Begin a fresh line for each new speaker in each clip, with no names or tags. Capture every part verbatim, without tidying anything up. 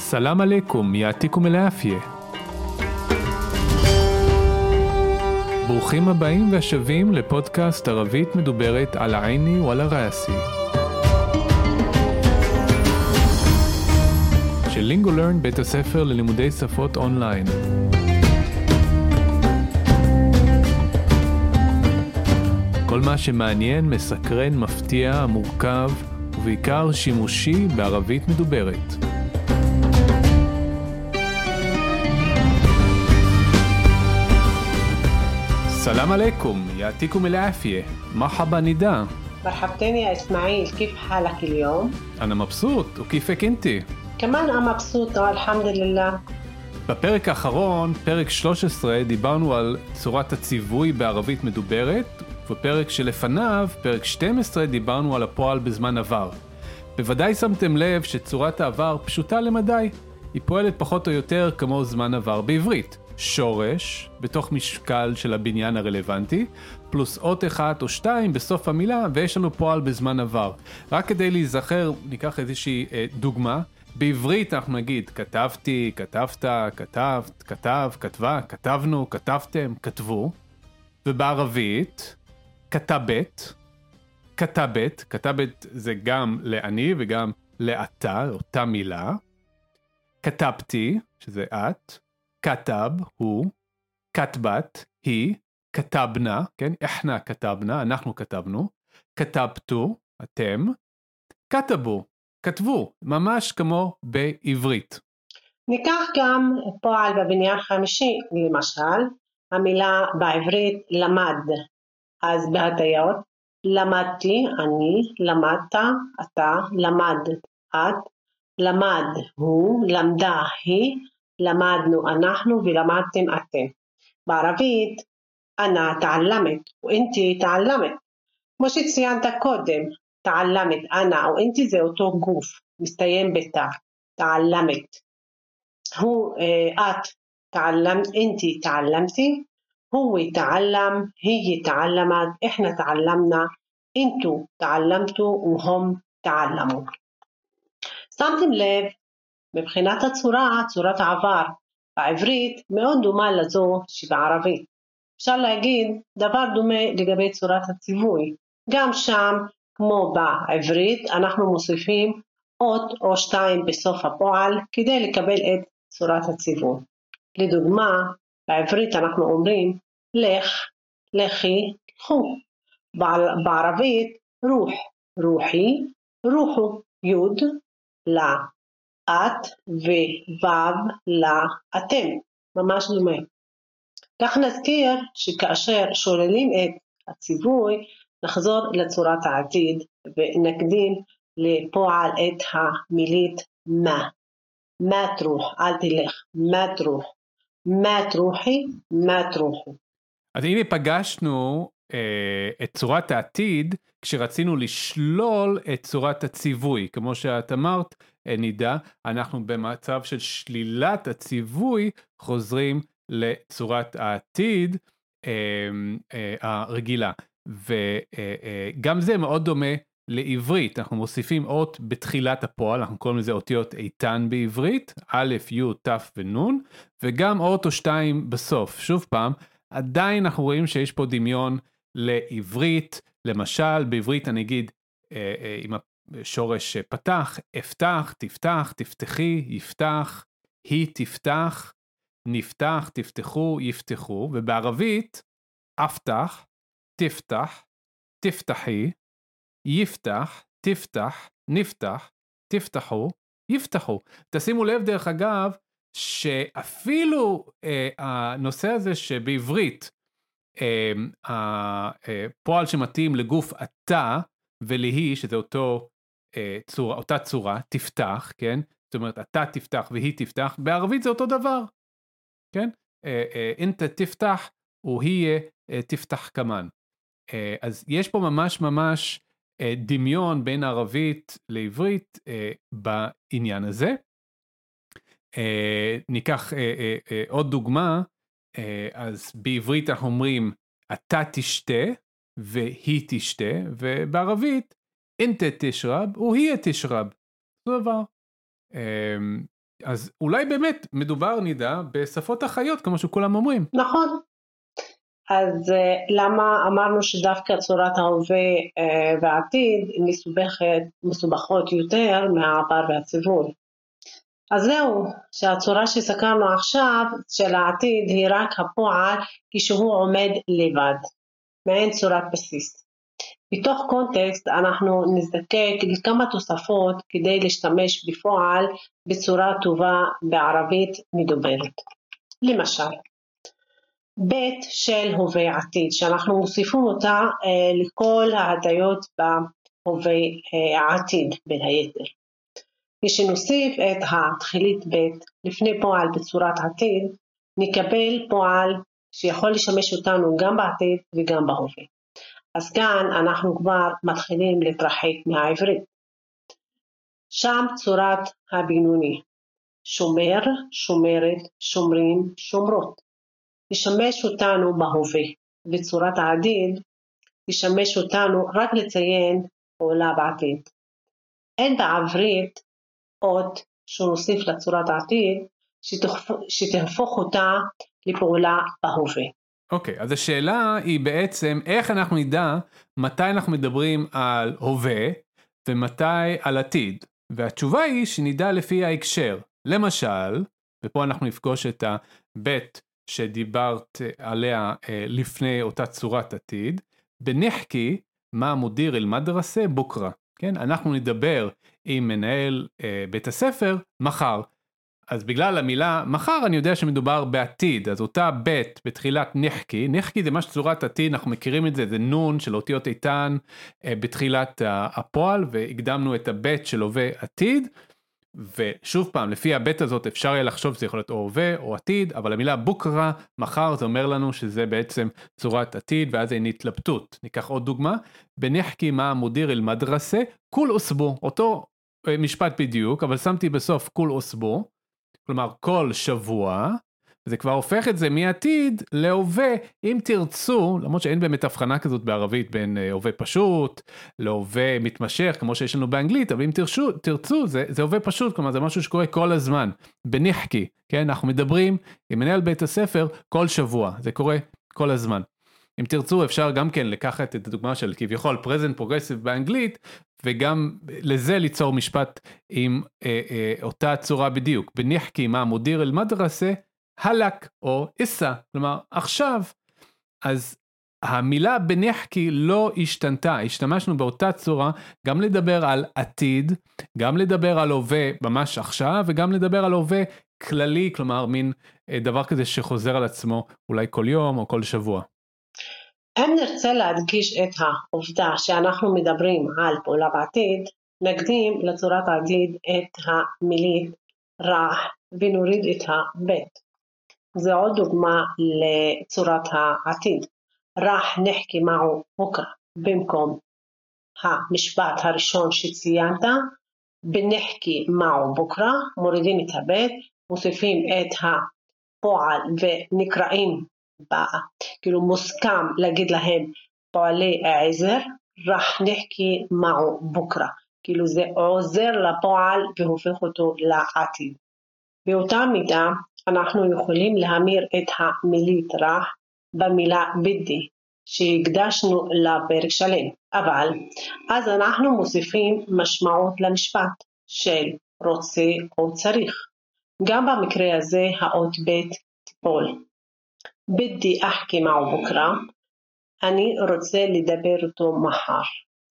סלام עליכום, יעתיקום אל-עאפיה. ברוכים הבאים והשבים לפודקאסט ערבית מדוברת על העיני ועל הראסי. של לינגולרן, בית הספר ללימודי שפות אונליין. כל מה שמעניין, מסקרן, מפתיע, מורכב ובעיקר שימושי בערבית מדוברת. السلام عليكم يعطيكم العافية مرحبا نداء
مرحبتين يا إسماعيل، كيف حالك اليوم؟
أنا مبسوط وكيفك أنت؟
كمان أنا مبسوطة الحمد لله.
בפרק האחרון, פרק שלוש עשרה, דיברנו על צורת הציווי בערבית מדוברת, ובפרק שלפניו, פרק שתים עשרה, דיברנו על הפועל בזמן עבר. בוודאי שמתם לב שצורת העבר פשוטה למדי, היא פועלת פחות או יותר כמו זמן עבר בעברית. שורש, בתוך משקל של הבניין הרלוונטי, פלוס אות אחד או שתיים בסוף המילה, ויש לנו פועל בזמן עבר. רק כדי להיזכר, ניקח איזושהי אה, דוגמה. בעברית אנחנו נגיד, כתבתי, כתבת, כתבת, כתב, כתבה, כתבנו, כתבתם, כתבו. ובערבית, כתבת, כתבת, כתבת זה גם לאני וגם לאתה, אותה מילה. כתבתי, שזה את. כתב הוא, כתבת היא, כתבנה, כן? איחנה כתבנה, אנחנו כתבנו, כתבתו, אתם, כתבו, כתבו, ממש כמו בעברית.
ניקח גם פועל בבניין חמישי, למשל, המילה בעברית למד, אז בהטיות, למדתי, אני, למדת, אתה, למד, את, למד הוא, למדה היא, למדנו אנחנו ולמדתם אתם. בערבית, אנה תעלמת ואינתי תעלמת. כמו שציינת קודם, תעלמת, אנה או אינתי זה אותו גוף, מסתיים בתא, תעלמת. הוא, את תעלמת, אינתי תעלמתי, הוא תעלם, היא תעלמת, איחנה תעלמנה, אינתו תעלמתו והם תעלמו. שמתם לב, מבחינת הצורה, צורת העבר בעברית מאוד דומה לזו שבערבית. אפשר להגיד דבר דומה לגבי צורת הציווי. גם שם, כמו בעברית, אנחנו מוסיפים אות או שתיים בסוף הפועל כדי לקבל את צורת הציווי. לדוגמה, בעברית אנחנו אומרים לך, לכי, חו. בערבית רוח, רוחי, רוחו, יוד, לה. את ווו לאתם, ממש דומה. כך נזכיר שכאשר שוללים את הציווי, נחזור לצורת העתיד ונקדים לפועל את המילית מה. מה תרוח, אל תלך, מה תרוח, מה תרוחי, מה תרוחו.
אז הנה פגשנו אה, את צורת העתיד, כשרצינו לשלול את צורת הציווי, כמו שאת אמרת, נידה, אנחנו במצב של שלילת הציווי, חוזרים לצורת העתיד אה, אה, הרגילה, וגם אה, זה מאוד דומה לעברית, אנחנו מוסיפים אות בתחילת הפועל, אנחנו קוראים לזה אותיות איתן בעברית, א', י', ת' ונ', וגם אות או שתיים בסוף. שוב פעם, עדיין אנחנו רואים שיש פה דמיון לעברית, למשל בעברית אני אגיד אה, אה, עם השורש פתח, אפתח, תפתח, תפתחי, יפתח, היא תפתח, נפתח, תפתחו, יפתחו, ובערבית אפתח, תפתח, תפתחי, יפתח, תפתח, נפתח, תפתחו, יפתחו. תשימו לב דרך אגב, שאפילו אה, הנושא הזה שבעברית, הפועל שמתאים לגוף אתה ולהי, שזה אותו צורה, אותה צורה, תפתח, כן? זאת אומרת, אתה תפתח והיא תפתח, בערבית זה אותו דבר, כן? אינת תפתח והיא תפתח כמן. אז יש פה ממש ממש דמיון בין ערבית לעברית בעניין הזה. ניקח עוד דוגמה, אז בעברית אנחנו אומרים אתה תשתה והיא תשתה, ובערבית אינתה תשרב והיא תשרב, זה דבר. אז אולי באמת מדובר נידה בשפות החיות, כמו שכולם אומרים.
נכון. אז למה אמרנו שדווקא צורת ההווה והעתיד מסובכת, מסובכות יותר מהעבר והציווי? אז זהו, שהצורה שסקרנו עכשיו של העתיד היא רק הפועל כשהוא עומד לבד, מעין צורת בסיס. בתוך קונטקסט אנחנו נזדקק לכמה תוספות כדי להשתמש בפועל בצורה טובה בערבית מדוברת. למשל, בית של הווה עתיד, שאנחנו מוסיפים אותה אה, לכל ההטיות בהווה אה, עתיד בין היתר. כשנוסיף את התחילית בית לפני פועל בצורת עתיד, נקבל פועל שיכול לשמש אותנו גם בעתיד וגם בהווה. אז כאן אנחנו כבר מתחילים להתרחק מהעברית. שם צורת הבינוני, שומר, שומרת, שומרים, שומרות. תשמש אותנו בהווה, וצורת העתיד תשמש אותנו רק לציין פעולה בעתיד. אין בעברית אות שנוסיף לצורת העתיד שתהפוך אותה לפעולה בהווה.
אוקיי, okay, אז השאלה היא בעצם איך אנחנו נדע מתי אנחנו מדברים על הווה ומתי על עתיד. והתשובה היא שנדע לפי ההקשר. למשל, ופה אנחנו נפגוש את הבית שדיברת עליה לפני אותה צורת עתיד, בנחקי מה מודיר אל מדרסה בוקרה. כן? אנחנו נדבר עם מנהל אה, בית הספר מחר. אז בגלל המילה מחר אני יודע שמדובר בעתיד, אז אותה בית בתחילת נחקי, נחקי זה ממש צורת עתיד, אנחנו מכירים את זה, זה נון של אותיות איתן אה, בתחילת הפועל, והקדמנו את הבית של הווה עתיד, ושוב פעם, לפי הבית הזאת אפשר יהיה לחשוב שזה יכול להיות או הווה או עתיד, אבל המילה בוקרה, מחר, זה אומר לנו שזה בעצם צורת עתיד, ואז אין התלבטות. ניקח עוד דוגמה, בנחקי מה מודיר אל מדרסה, כול אוסבו, אותו משפט בדיוק, אבל שמתי בסוף כול אוסבו, כלומר כל שבוע, זה כבר הופך את זה מעתיד להווה, אם תרצו, למרות שאין באמת הבחנה כזאת בערבית בין הווה פשוט, להווה מתמשך, כמו שיש לנו באנגלית, אבל אם תרצו, תרצו זה, זה הווה פשוט, כלומר זה משהו שקורה כל הזמן, בנחקי, כן? אנחנו מדברים עם מנהל בית הספר כל שבוע, זה קורה כל הזמן. אם תרצו אפשר גם כן לקחת את הדוגמה של כביכול present progressive באנגלית, וגם לזה ליצור משפט עם אה, אה, אותה צורה בדיוק, בנחקי מה מודיר אל מדרסה, הלק או איסה, כלומר עכשיו, אז המילה בנחקי לא השתנתה, השתמשנו באותה צורה, גם לדבר על עתיד, גם לדבר על הווה ממש עכשיו, וגם לדבר על הווה כללי, כלומר מין דבר כזה שחוזר על עצמו אולי כל יום או כל שבוע.
אם נרצה להדגיש את העובדה שאנחנו מדברים על פעולה בעתיד, נקדים לצורת העתיד את המילית רח ונוריד את הבית. זה עוד דוגמה לצורת העתיד. רח נחקי מעו בוקרה, במקום המשפט הראשון שציינת, בנחקי מעו בוקרה, מורידים את הבית, מוסיפים את הפועל ונקראים, בה, כאילו מוסכם להגיד להם פועלי עזר, רח נחקי מעו בוקרה, כאילו זה עוזר לפועל והופך אותו לעתיד. באותה מידה אנחנו יכולים להמיר את המילית רח במילה בדי שהקדשנו לפרק שלם, אבל אז אנחנו מוסיפים משמעות למשפט של רוצה או צריך. גם במקרה הזה האות בית תיפול. בדי אחכי מעו בוקרה, אני רוצה לדבר אותו מחר.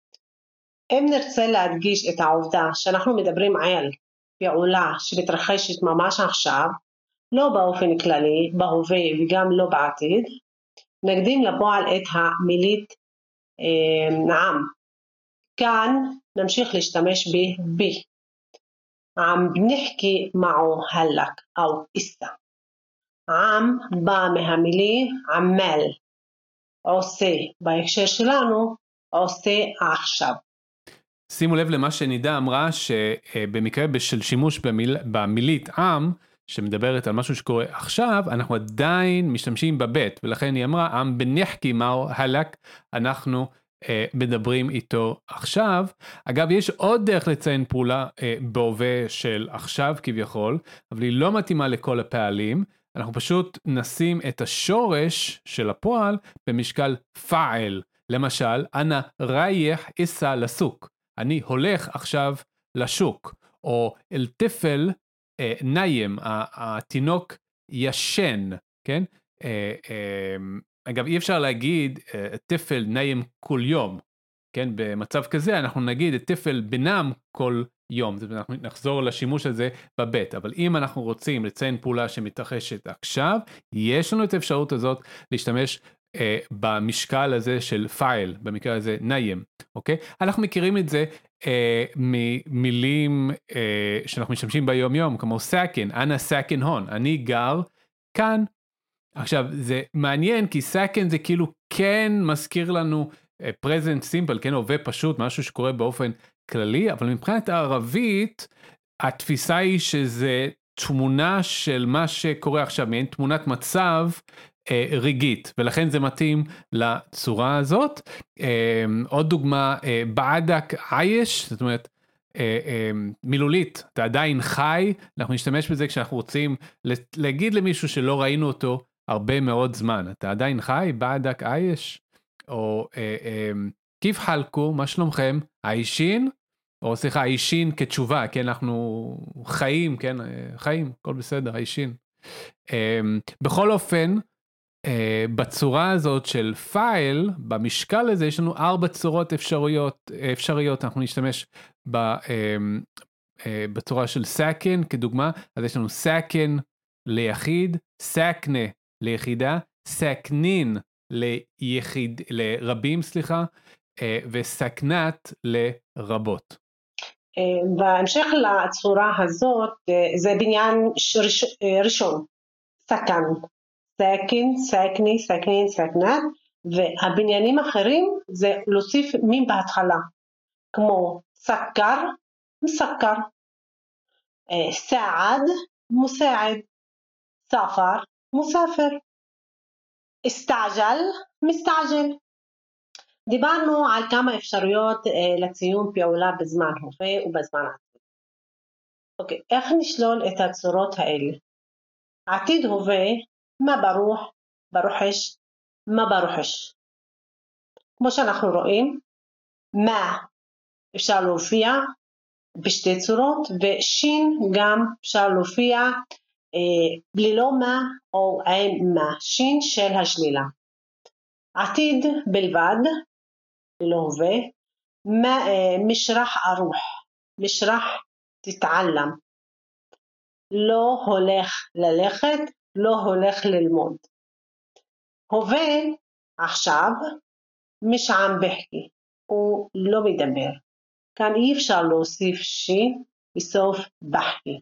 אם נרצה להדגיש את העובדה שאנחנו מדברים על פעולה שמתרחשת ממש עכשיו, לא באופן כללי, בהווה וגם לא בעתיד, נקדים לפועל את המילית אה, נעם. כאן נמשיך להשתמש ב-בי. עם בנחקי מעו הלק או איסה. עם בא מהמילי עמל, עושה, בהקשר שלנו עושה עכשיו.
שימו לב למה שנידה אמרה, שבמקרה של שימוש במיל, במילית עם, שמדברת על משהו שקורה עכשיו, אנחנו עדיין משתמשים בבית, ולכן היא אמרה, עם בנחקי מהו הלק, אנחנו אה, מדברים איתו עכשיו. אגב, יש עוד דרך לציין פעולה אה, בהווה של עכשיו כביכול, אבל היא לא מתאימה לכל הפעלים. אנחנו פשוט נשים את השורש של הפועל במשקל פעל. למשל, אנא רייח איסה לסוק. אני הולך עכשיו לשוק. או אל תפל אה, ניים, התינוק ישן, כן? אה, אה, אגב, אי אפשר להגיד אה, תפל ניים כל יום, כן? במצב כזה אנחנו נגיד תפל בנם כל יום, אנחנו נחזור לשימוש הזה בבית, אבל אם אנחנו רוצים לציין פעולה שמתרחשת עכשיו, יש לנו את האפשרות הזאת להשתמש אה, במשקל הזה של פייל, במקרה הזה ניים, אוקיי? אנחנו מכירים את זה אה, ממילים אה, שאנחנו משתמשים ביום יום, כמו סאקן, אנא סאקן הון, אני גר כאן. עכשיו זה מעניין כי סאקן זה כאילו כן מזכיר לנו uh, present simple, כן, הווה פשוט, משהו שקורה באופן כללי, אבל מבחינת הערבית התפיסה היא שזה תמונה של מה שקורה עכשיו, מעין תמונת מצב uh, רגעית, ולכן זה מתאים לצורה הזאת. Uh, עוד דוגמה, uh, בעדק עייש, זאת אומרת, Uh, uh, מילולית, אתה עדיין חי, אנחנו נשתמש בזה כשאנחנו רוצים להגיד למישהו שלא ראינו אותו הרבה מאוד זמן, אתה עדיין חי, בעדק עייש, או uh, uh, כיף חלקו, מה שלומכם, עיישין, או סליחה, עיישין כתשובה, כן, אנחנו חיים, כן, חיים, הכל בסדר, עיישין. Uh, בכל אופן, Uh, בצורה הזאת של פייל, במשקל הזה יש לנו ארבע צורות אפשריות, אפשריות, אנחנו נשתמש ב, uh, uh, בצורה של סאקן כדוגמה, אז יש לנו סאקן ליחיד, סאקנה ליחידה, סאקנין ליחיד, לרבים, סליחה, uh, וסאקנת לרבות.
בהמשך לצורה הזאת, זה בניין ראשון, סאקן. סאקן, סאקני, סאקנין, סאקנת, והבניינים אחרים זה להוסיף מין בהתחלה, כמו סקר, מסקר, סעד, מסעד, ספר, מספר, הסתעג'ל, מסתעג'ל. דיברנו על כמה אפשרויות לציון פעולה בזמן הווה ובזמן עתיד. אוקיי, איך נשלול את הצורות האלה? עתיד הווה, מה ברוח, ברוחש, מה ברוחש. כמו שאנחנו רואים, מה אפשר להופיע בשתי צורות, ושין גם אפשר להופיע אה, בלי לא מה או עם מה, שין של השלילה. עתיד בלבד, לא הווה, מה, אה, משרח ארוח, משרח תתעלם, לא הולך ללכת, לא הולך ללמוד. הווה עכשיו משעם בחקי, הוא לא מדבר. כאן אי אפשר להוסיף שי בסוף בחקי.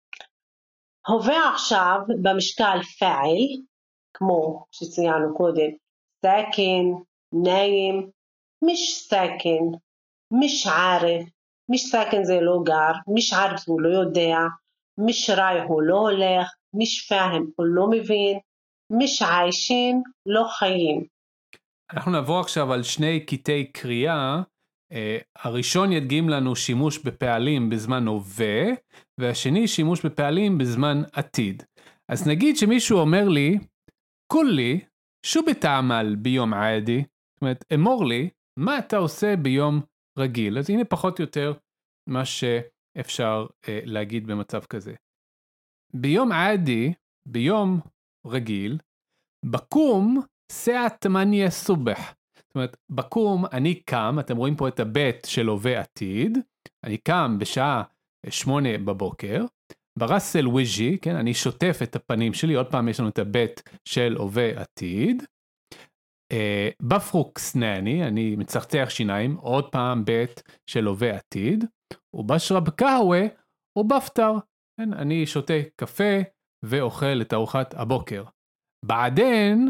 הווה עכשיו במשקל פעיל, כמו שציינו קודם, סאקן, נעים, מש סאקן, מש ערף, מש סאקן זה לא גר, מש ערף הוא לא יודע, מש ראי הוא לא הולך, מש פהם הוא לא מבין, מש עיישים לא חיים.
אנחנו נעבור עכשיו על שני קטעי קריאה. Uh, הראשון ידגים לנו שימוש בפעלים בזמן הווה, והשני שימוש בפעלים בזמן עתיד. אז נגיד שמישהו אומר לי, כולי, שו בתעמל ביום עדי? זאת אומרת, אמור לי, מה אתה עושה ביום רגיל? אז הנה פחות או יותר מה שאפשר uh, להגיד במצב כזה. ביום עדי, ביום רגיל, בקום סעת תמניה סובח. זאת אומרת, בקום אני קם, אתם רואים פה את הבית של הווה עתיד, אני קם בשעה שמונה בבוקר, ברסל וויג'י, כן, אני שוטף את הפנים שלי, עוד פעם יש לנו את הבית של הווה עתיד, אה, בפרוק סנני, אני מצחצח שיניים, עוד פעם בית של הווה עתיד, ובשרב קהווה, ובפטר, כן, אני שותה קפה ואוכל את ארוחת הבוקר. בעדן,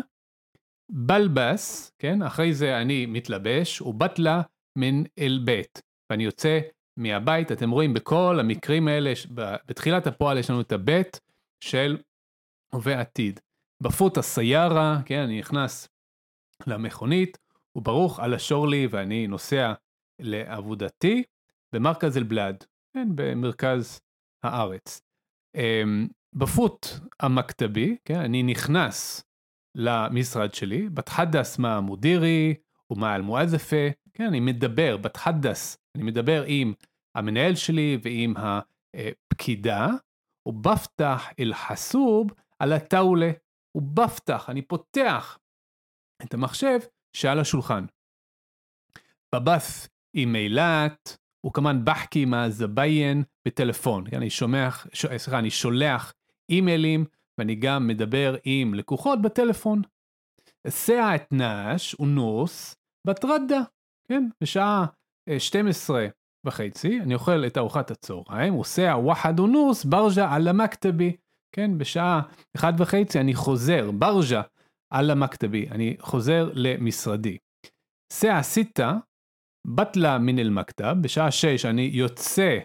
בלבס, כן, אחרי זה אני מתלבש, ובטלה מן אל בית, ואני יוצא מהבית. אתם רואים בכל המקרים האלה, בתחילת הפועל יש לנו את הבית של הווה עתיד. בפות הסיירה, כן, אני נכנס למכונית, וברוך על השור לי, ואני נוסע לעבודתי במרכז אל-בלד, כן, במרכז הארץ. בפוט המכתבי, כן, אני נכנס למשרד שלי, בתחדס מה מודירי ומה אל-מואזפה, כן, אני מדבר, בתחדס, אני מדבר עם המנהל שלי ועם הפקידה, ובפתח אל-חסוב על הטאולה, ובפתח, אני פותח את המחשב שעל השולחן. בבס אימיילת, וכמן בחקי מהזביין בטלפון. אני שומע, סליחה, אני שולח אימיילים, ואני גם מדבר עם לקוחות בטלפון. סעה את נש ונוס בטרדה, כן? בשעה שתים עשרה וחצי, אני אוכל את ארוחת הצהריים, וסעה וחד ונוס ברג'ה על המכתבי, כן? בשעה אחד וחצי אני חוזר, ברג'ה על המכתבי, אני חוזר למשרדי. סעה סיטה, בטלה מן אל-מכתב, בשעה שש אני יוצא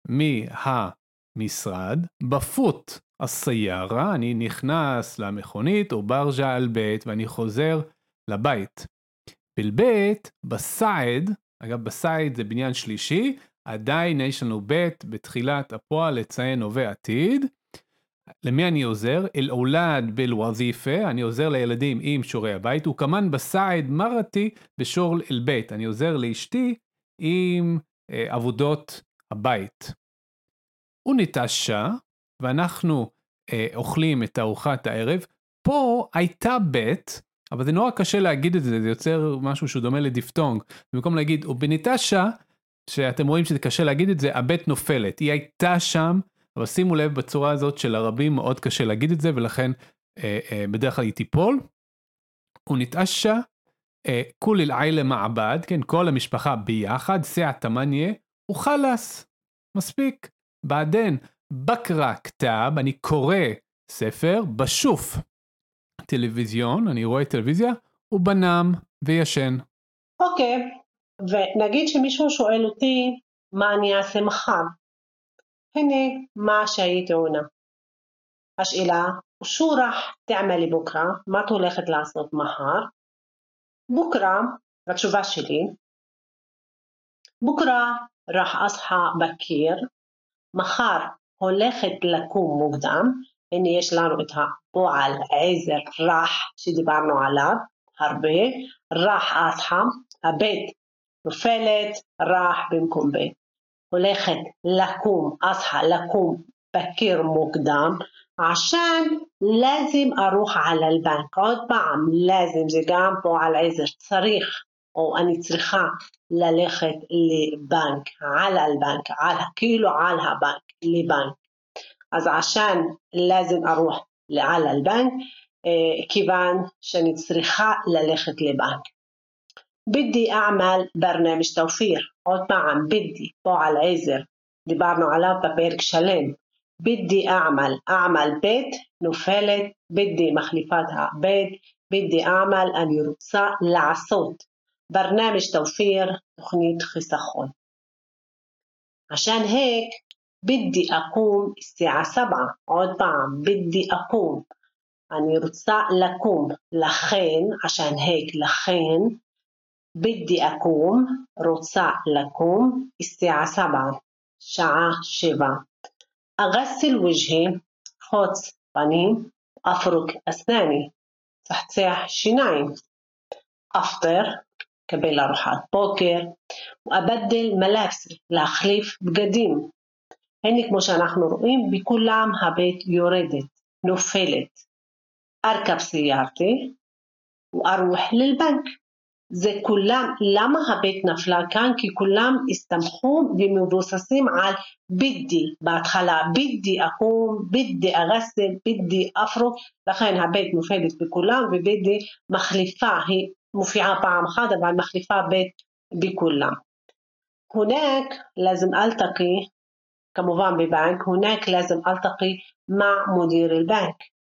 מהמשרד, בפוט הסיירה, אני נכנס למכונית או ברג'ה על בית, ואני חוזר לבית. בלבית, בסעד, אגב בסעד זה בניין שלישי, עדיין יש לנו בית בתחילת הפועל לציין הווה עתיד. למי אני עוזר? אל-אולד בל-וזיפה, אני עוזר לילדים עם שורי הבית, וכמן בסעד מרתי בשור אל-בית, אני עוזר לאשתי עם אה, עבודות הבית. וניטשה, ואנחנו אה, אוכלים את ארוחת הערב, פה הייתה בית, אבל זה נורא קשה להגיד את זה, זה יוצר משהו שהוא דומה לדיפטונג, במקום להגיד, ובניטשה, שאתם רואים שזה קשה להגיד את זה, הבית נופלת, היא הייתה שם, אבל שימו לב בצורה הזאת של הרבים מאוד קשה להגיד את זה, ולכן אה, אה, בדרך כלל היא תיפול. ונתעשה, אה, כול אל-עילה מעבד, כן, כל המשפחה ביחד, סע תמניה, וחלס, מספיק. בעדן, בקרה כתב, אני קורא ספר, בשוף טלוויזיון, אני רואה טלוויזיה, ובנם וישן.
אוקיי, ונגיד שמישהו שואל אותי, מה אני אעשה מחר? הנה מה שהייתי עונה. השאלה, שו רח תעמלי בוקרה? מה את הולכת לעשות מחר? בוקרה, התשובה שלי, בוקרה רח אסחה בקיר, מחר הולכת לקום מוקדם, הנה יש לנו את הפועל עזר רח שדיברנו עליו הרבה, רח אסחה, הבית נופלת, רח במקום בית. הולכת לקום, אסחה לקום בקיר מוקדם, עשן לازم ארוך על הבנק. עוד פעם, לازم זה גם פועל עזר, צריך, או אני צריכה ללכת לבנק, על הבנק, על, כאילו על הבנק, לבנק. אז עשן לازم ארוך על הבנק, כיוון שאני צריכה ללכת לבנק. بدي أعمل برنامج توفير. עוד פעם, بدي פועל עזר, דיברנו עליו בפרק שלם. بدي أعمل, أعمل בית, נופלת, بدي מחליפת הבית, بدي أعمل, אני רוצה לעשות. برنامج توفير, תוכנית חיסכון. عشان هيك بدي أقوم الساعة سبعة. עוד פעם, بدي أقوم, אני רוצה לקום, לכן, عشان هيك, לכן, بدي أقوم, רוצה לקום, الساعة سبعة, שעה שבע. أغسل وجهي, חוץ פנים, أفرك أسناني, צחצח שיניים. أفطر, קבל ארוחת בוקר, وأبدل ملابسي, להחליף בגדים. הנה כמו שאנחנו רואים, בכולם הבית יורדת, נופלת. أركب سيارتي, وأروح للبنك. זה כולם, למה הבית נפלה כאן? כי כולם הסתמכו ומבוססים על בידי, בהתחלה בידי אקום, בידי אגסל, בידי אפרו, לכן הבית נופלת בכולם, ובידי מחליפה, היא מופיעה פעם אחת, אבל מחליפה בית בכולם. הונק לازم אלתקי, כמובן בבנק, הונק לازم אלתקי, מה מודיר אל-בנק?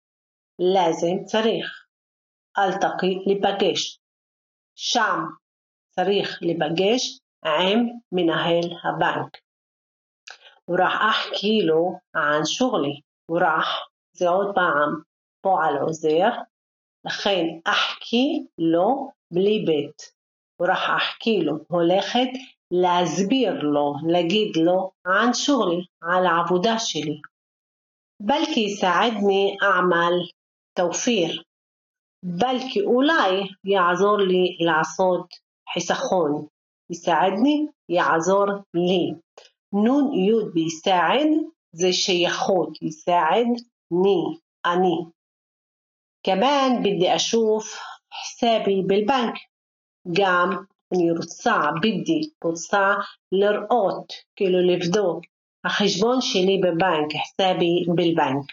לازم צריך, אלתקי לפגש. שם צריך לפגש עם מנהל הבנק. ורח אחכי לו ען שוגלי. ורח זה עוד פעם פועל עוזר, לכן אחכי לו בלי בית. וראח אחכי לו, הולכת להסביר לו, להגיד לו ען שוגלי, על העבודה שלי. בלקי יסעדני אעמל תופיר, בלקי אולי יעזור לי לעשות חיסכון. יסעדני, יעזור לי. נון יוד ביסעד זה שייכות, יסעדני, אני. كمان بدي أشوف حسابي بالبنك. גם אני רוצה, بدي, רוצה לראות, כאילו לבדוק, החשבון שלי בבנק, حسابي بالبنك.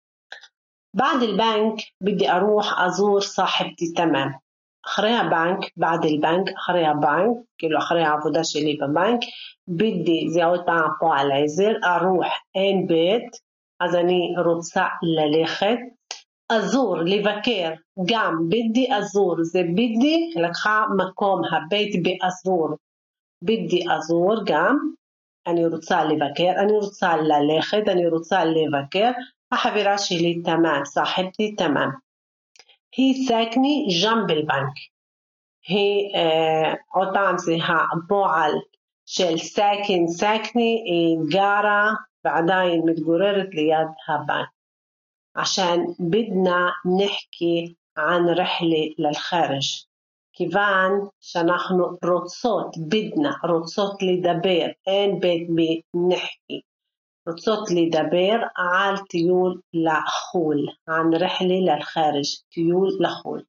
بعد البنك بدي أروح أزور صاحبتي تمام. אחרי הבנק, بعد البنك, אחרי הבנק, כאילו אחרי העבודה שלי בבנק, بدي, זה עוד פעם פה על עזר, ארוח, אין בית, אז אני רוצה ללכת, אזור, לבקר, גם بدي אזור, זה بدي, לקחה מקום, הבית באזור, بدي אזור גם, אני רוצה לבקר, אני רוצה ללכת, אני רוצה לבקר, החברה שלי תמם, صاحبتي תמם. היא סקני جنب البنك. היא, אה, עוד פעם זה הפועל של סקן, סקני, היא גרה ועדיין מתגוררת ליד הבנק. عشان بدنا نحكي عن رحلة للخارج. كيفان شنحن رتصوت بدنا رتصوت لدبير ان بيت بنحكي رتصوت لدبير على تيول لخول عن رحلة للخارج تيول لخول.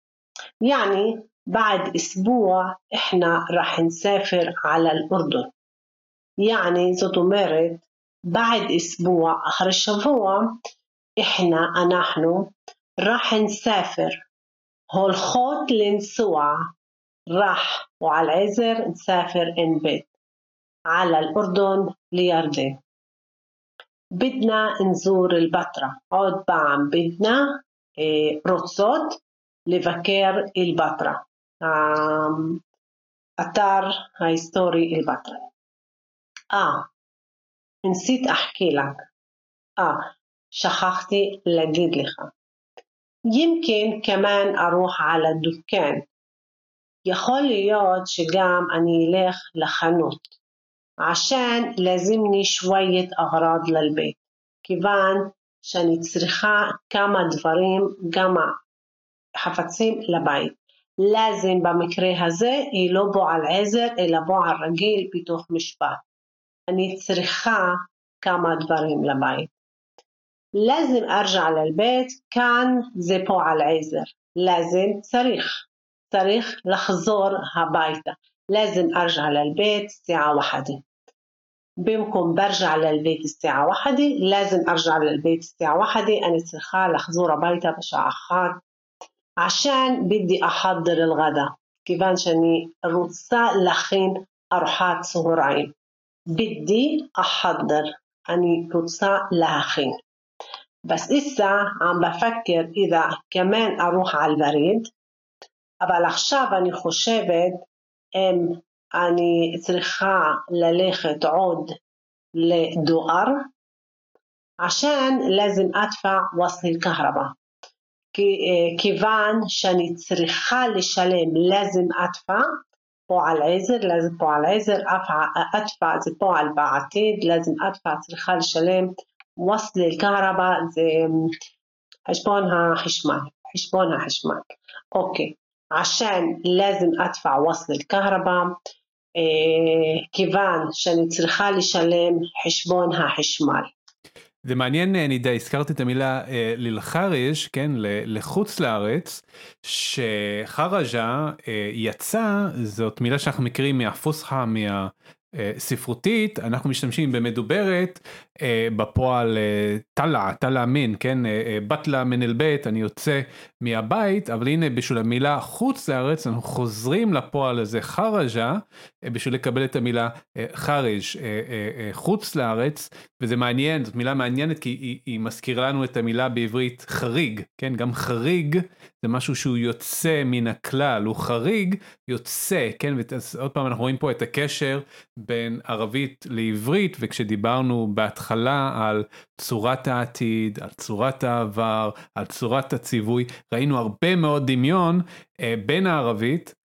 يعني بعد اسبوع احنا راح نسافر على الاردن. يعني زوتوميرت بعد اسبوع اخر الشهر إحنا أنحن راح نسافر هالخوت لنسوع راح وعلى العزر نسافر إن بيت على الأردن ليردن. بدنا نزور البتراء عود بعم بدنا إيه رتصوت لفكر البتراء أتار هايستوري البتراء. آه نسيت أحكي لك آه شخصتي لجد لها. يمكن كمان أروح على الدكان. يخول להיות שגם אני אלך לחנות. عشان لازمني شوية أغراض للبيت. كيفان שאני צריכה כמה דברים, כמה חפצים לבית. لازم במקרה הזה היא לא בועל עזר, אלא בועל רגיל בתוך משפט. אני צריכה כמה דברים לבית. لازم أرجع للبيت كان زي بو على العزر. لازم صريخ صريخ لخزور هبايته. لازم أرجع للبيت الساعة واحدة. بمكن برجع للبيت الساعة واحدة. لازم أرجع للبيت الساعة واحدة. أنا صرخة لخزور بيته بشعخات عشان بدي أحضر الغداء. كيفان شاني رصة لخين أروحات سهرين. بدي أحضر أني رصة لخين. بس إسا عم بفكر إذا كمان أروح على البريد. אבל עכשיו אני חושבת אם אני צריכה ללכת עוד לדואר عشان لازم أدفع وصل الكهرباء. كيفان שאני צריכה לשלם لازم أدفع פועל עזר, لازم פועל עזר, أدفع זה פועל בעתיד, لازم أدفع צריכה לשלם وصل الكهرباء זה חשבון החשמל, חשבון החשמל. אוקיי, عشان لازم أدفع وصل الكهرباء כיוון שאני צריכה לשלם חשבון החשמל.
זה מעניין, נידה, הזכרת את המילה ללחרש, כן, לחוץ לארץ, שחרג'ה יצא, זאת מילה שאנחנו מכירים מהפוסחה, מה... ספרותית, אנחנו משתמשים במדוברת, בפועל תלה, תלה מן, כן, בטלה מן אל בית, אני יוצא מהבית, אבל הנה בשביל המילה חוץ לארץ, אנחנו חוזרים לפועל הזה חרג'ה, בשביל לקבל את המילה חרג', חוץ לארץ, וזה מעניין, זאת מילה מעניינת, כי היא, היא מזכירה לנו את המילה בעברית חריג, כן, גם חריג, זה משהו שהוא יוצא מן הכלל, הוא חריג, יוצא, כן, ועוד פעם אנחנו רואים פה את הקשר, בין ערבית לעברית, וכשדיברנו בהתחלה על צורת העתיד, על צורת העבר, על צורת הציווי, ראינו הרבה מאוד דמיון בין הערבית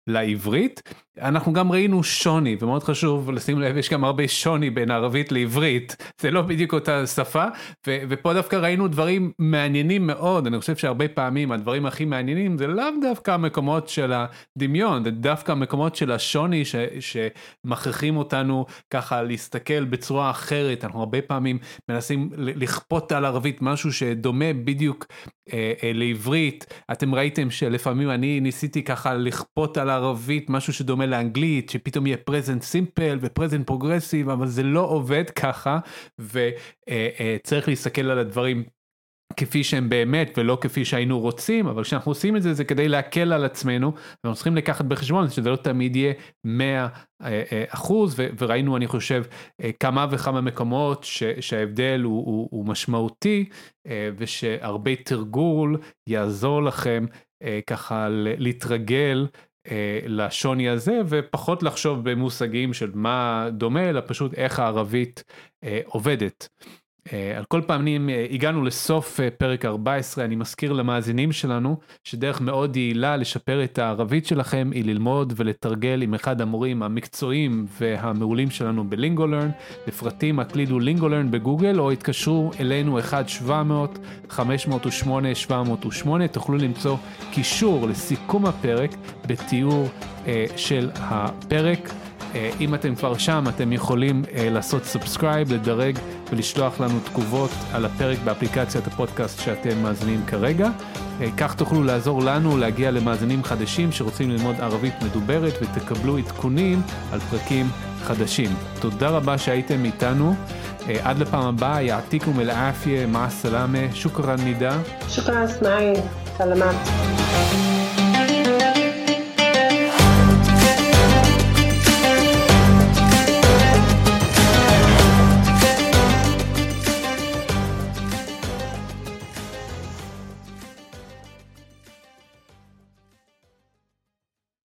לעברית. אנחנו גם ראינו שוני, ומאוד חשוב לשים לב, יש גם הרבה שוני בין ערבית לעברית, זה לא בדיוק אותה שפה, ו- ופה דווקא ראינו דברים מעניינים מאוד, אני חושב שהרבה פעמים הדברים הכי מעניינים, זה לאו דווקא המקומות של הדמיון, זה דווקא המקומות של השוני, ש- שמכריחים אותנו ככה להסתכל בצורה אחרת, אנחנו הרבה פעמים מנסים לכפות על ערבית, משהו שדומה בדיוק אה, אה, לעברית, אתם ראיתם שלפעמים אני ניסיתי ככה לכפות על ערבית, משהו שדומה לאנגלית, שפתאום יהיה present simple ו-present progressive, אבל זה לא עובד ככה, וצריך להסתכל על הדברים כפי שהם באמת, ולא כפי שהיינו רוצים, אבל כשאנחנו עושים את זה, זה כדי להקל על עצמנו, ואנחנו צריכים לקחת בחשבון, שזה לא תמיד יהיה מאה אחוז, וראינו, אני חושב, כמה וכמה מקומות, שההבדל הוא, הוא, הוא משמעותי, ושהרבה תרגול יעזור לכם, ככה להתרגל, לשוני הזה, ופחות לחשוב במושגים של מה דומה, אלא פשוט איך הערבית עובדת. על כל פעמים הגענו לסוף פרק ארבע עשרה, אני מזכיר למאזינים שלנו, שדרך מאוד יעילה לשפר את הערבית שלכם, היא ללמוד ולתרגל עם אחד המורים המקצועיים והמעולים שלנו בלינגולרן, לפרטים הקלידו לינגולרן בגוגל, או התקשרו אלינו אחד שבע מאות חמש מאות ושמונה שבע מאות ושמונה, תוכלו למצוא קישור לסיכום הפרק בתיאור אה, של הפרק, אם אתם כבר שם, אתם יכולים לעשות סאבסקרייב, לדרג ולשלוח לנו תגובות על הפרק באפליקציית הפודקאסט שאתם מאזינים כרגע. כך תוכלו לעזור לנו להגיע למאזינים חדשים שרוצים ללמוד ערבית מדוברת, ותקבלו עדכונים על פרקים חדשים. תודה רבה שהייתם איתנו. עד לפעם הבאה, יעתיקום אל עפיה, מע הסלאמה, שוקרן נידה.
שוקרן אסמאעיל, סלמת.